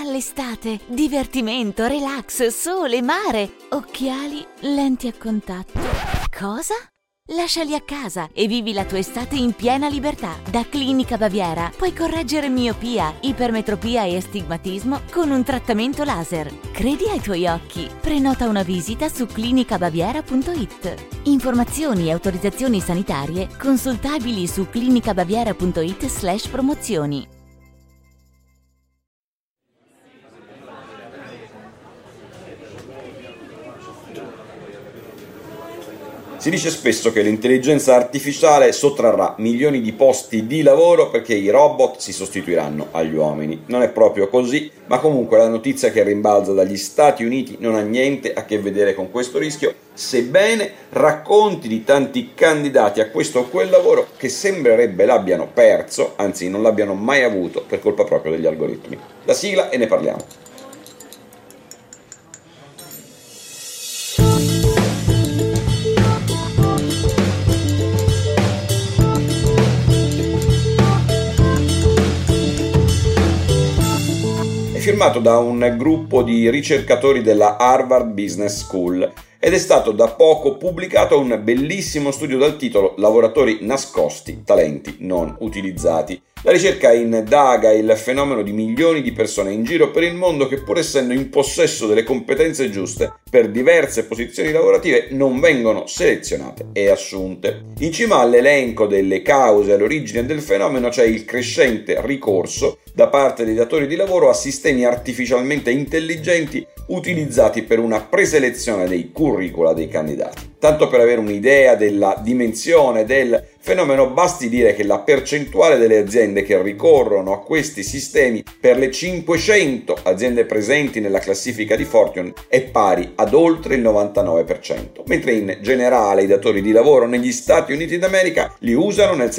all'estate, divertimento, relax, sole, mare, occhiali, lenti a contatto. Cosa? Lasciali a casa e vivi la tua estate in piena libertà. Da Clinica Baviera puoi correggere miopia, ipermetropia e astigmatismo con un trattamento laser. Credi ai tuoi occhi. Prenota una visita su clinicabaviera.it. Informazioni e autorizzazioni sanitarie consultabili su clinicabaviera.it/promozioni. Si dice spesso che l'intelligenza artificiale sottrarrà milioni di posti di lavoro perché i robot si sostituiranno agli uomini. Non è proprio così, ma comunque la notizia che rimbalza dagli Stati Uniti non ha niente a che vedere con questo rischio, sebbene racconti di tanti candidati a questo o quel lavoro che sembrerebbe l'abbiano perso, anzi non l'abbiano mai avuto per colpa proprio degli algoritmi. La sigla e ne parliamo. Firmato da un gruppo di ricercatori della Harvard Business School ed è stato da poco pubblicato un bellissimo studio dal titolo Lavoratori nascosti, talenti non utilizzati. La ricerca indaga il fenomeno di milioni di persone in giro per il mondo che, pur essendo in possesso delle competenze giuste per diverse posizioni lavorative, non vengono selezionate e assunte. In cima all'elenco delle cause all'origine del fenomeno c'è il crescente ricorso da parte dei datori di lavoro a sistemi artificialmente intelligenti utilizzati per una preselezione dei curricula dei candidati. Tanto per avere un'idea della dimensione del fenomeno, basti dire che la percentuale delle aziende che ricorrono a questi sistemi per le 500 aziende presenti nella classifica di Fortune è pari ad oltre il 99%, mentre in generale i datori di lavoro negli Stati Uniti d'America li usano nel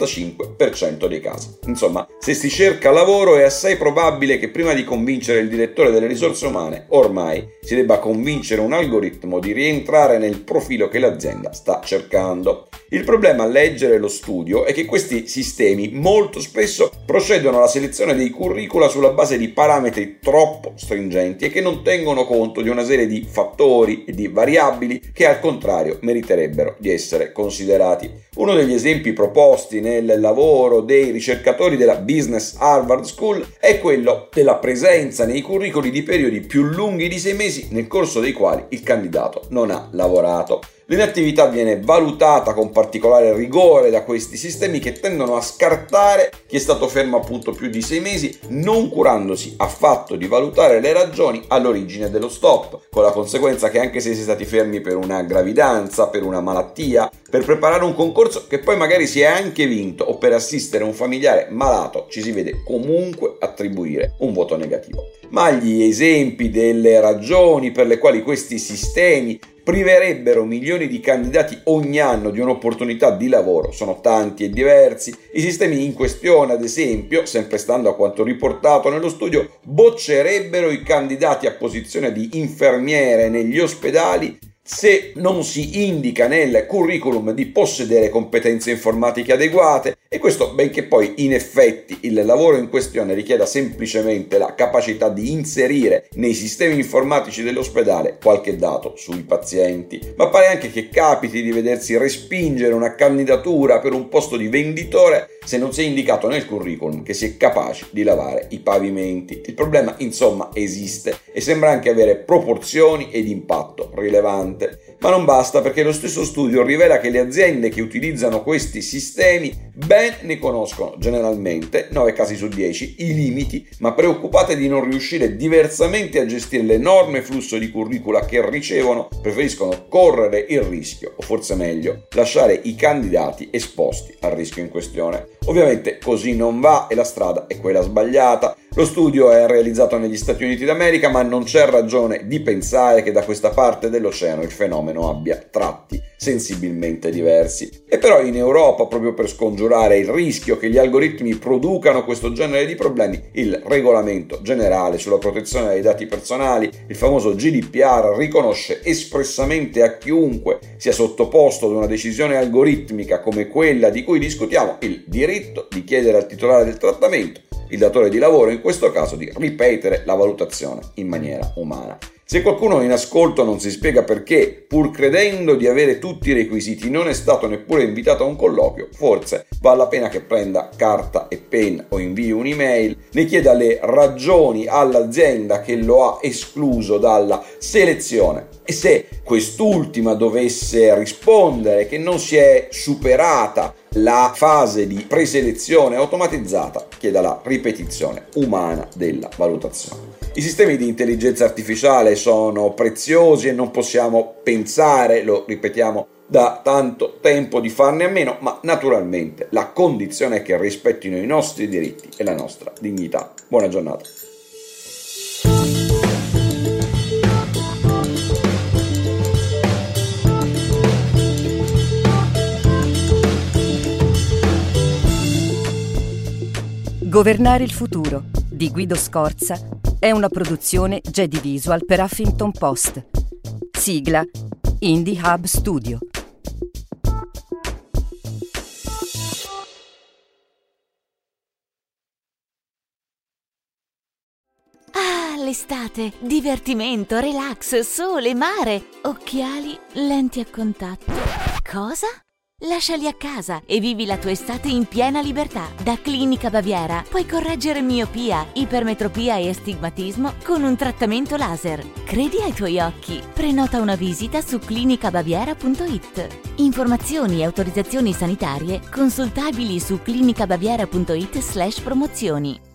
75% dei casi. Insomma, se si cerca lavoro è assai probabile che prima di convincere il direttore delle risorse umane, ormai si debba convincere un algoritmo di rientrare nel profilo che l'azienda sta cercando. Il problema a leggere lo studio è che questi sistemi molto spesso procedono alla selezione dei curricula sulla base di parametri troppo stringenti e che non tengono conto di una serie di fattori e di variabili che al contrario meriterebbero di essere considerati. Uno degli esempi proposti nel lavoro dei ricercatori della Business Harvard School è quello della presenza nei curricoli di periodi più lunghi di 6 mesi nel corso dei quali il candidato non ha lavorato. L'inattività viene valutata con particolare rigore da questi sistemi che tendono a scartare chi è stato fermo appunto più di 6 mesi, non curandosi affatto di valutare le ragioni all'origine dello stop, con la conseguenza che anche se si è stati fermi per una gravidanza, per una malattia, per preparare un concorso che poi magari si è anche vinto o per assistere un familiare malato, ci si vede comunque attribuire un voto negativo. Ma gli esempi delle ragioni per le quali questi sistemi priverebbero milioni di candidati ogni anno di un'opportunità di lavoro sono tanti e diversi. I sistemi in questione, ad esempio, sempre stando a quanto riportato nello studio, boccerebbero i candidati a posizione di infermiere negli ospedali se non si indica nel curriculum di possedere competenze informatiche adeguate, e questo benché poi in effetti il lavoro in questione richieda semplicemente la capacità di inserire nei sistemi informatici dell'ospedale qualche dato sui pazienti. Ma pare anche che capiti di vedersi respingere una candidatura per un posto di venditore se non si è indicato nel curriculum che si è capaci di lavare i pavimenti. Il problema insomma esiste e sembra anche avere proporzioni ed impatto rilevante. Ma non basta, perché lo stesso studio rivela che le aziende che utilizzano questi sistemi ben ne conoscono generalmente, 9 casi su 10, i limiti, ma preoccupate di non riuscire diversamente a gestire l'enorme flusso di curricula che ricevono, preferiscono correre il rischio, o forse meglio, lasciare i candidati esposti al rischio in questione. Ovviamente così non va e la strada è quella sbagliata. Lo studio è realizzato negli Stati Uniti d'America, ma non c'è ragione di pensare che da questa parte dell'oceano il fenomeno abbia tratti sensibilmente diversi. E però in Europa, proprio per scongiurare il rischio che gli algoritmi producano questo genere di problemi, il regolamento generale sulla protezione dei dati personali, il famoso GDPR, riconosce espressamente a chiunque sia sottoposto ad una decisione algoritmica come quella di cui discutiamo il diritto di chiedere al titolare del trattamento, il datore di lavoro in questo caso, di ripetere la valutazione in maniera umana. Se qualcuno in ascolto non si spiega perché, pur credendo di avere tutti i requisiti, non è stato neppure invitato a un colloquio, forse vale la pena che prenda carta e penna o invii un'email, ne chieda le ragioni all'azienda che lo ha escluso dalla selezione e se quest'ultima dovesse rispondere che non si è superata la fase di preselezione automatizzata, chieda la ripetizione umana della valutazione. I sistemi di intelligenza artificiale sono preziosi e non possiamo pensare, lo ripetiamo da tanto tempo, di farne a meno, ma naturalmente la condizione è che rispettino i nostri diritti e la nostra dignità. Buona giornata. Governare il futuro di Guido Scorza è una produzione Jedi Visual per Huffington Post. Sigla Indie Hub Studio. Ah, l'estate! Divertimento, relax, sole, mare, occhiali, lenti a contatto. Cosa? Lasciali a casa e vivi la tua estate in piena libertà. Da Clinica Baviera puoi correggere miopia, ipermetropia e astigmatismo con un trattamento laser. Credi ai tuoi occhi. Prenota una visita su clinicabaviera.it. Informazioni e autorizzazioni sanitarie consultabili su clinicabaviera.it/promozioni.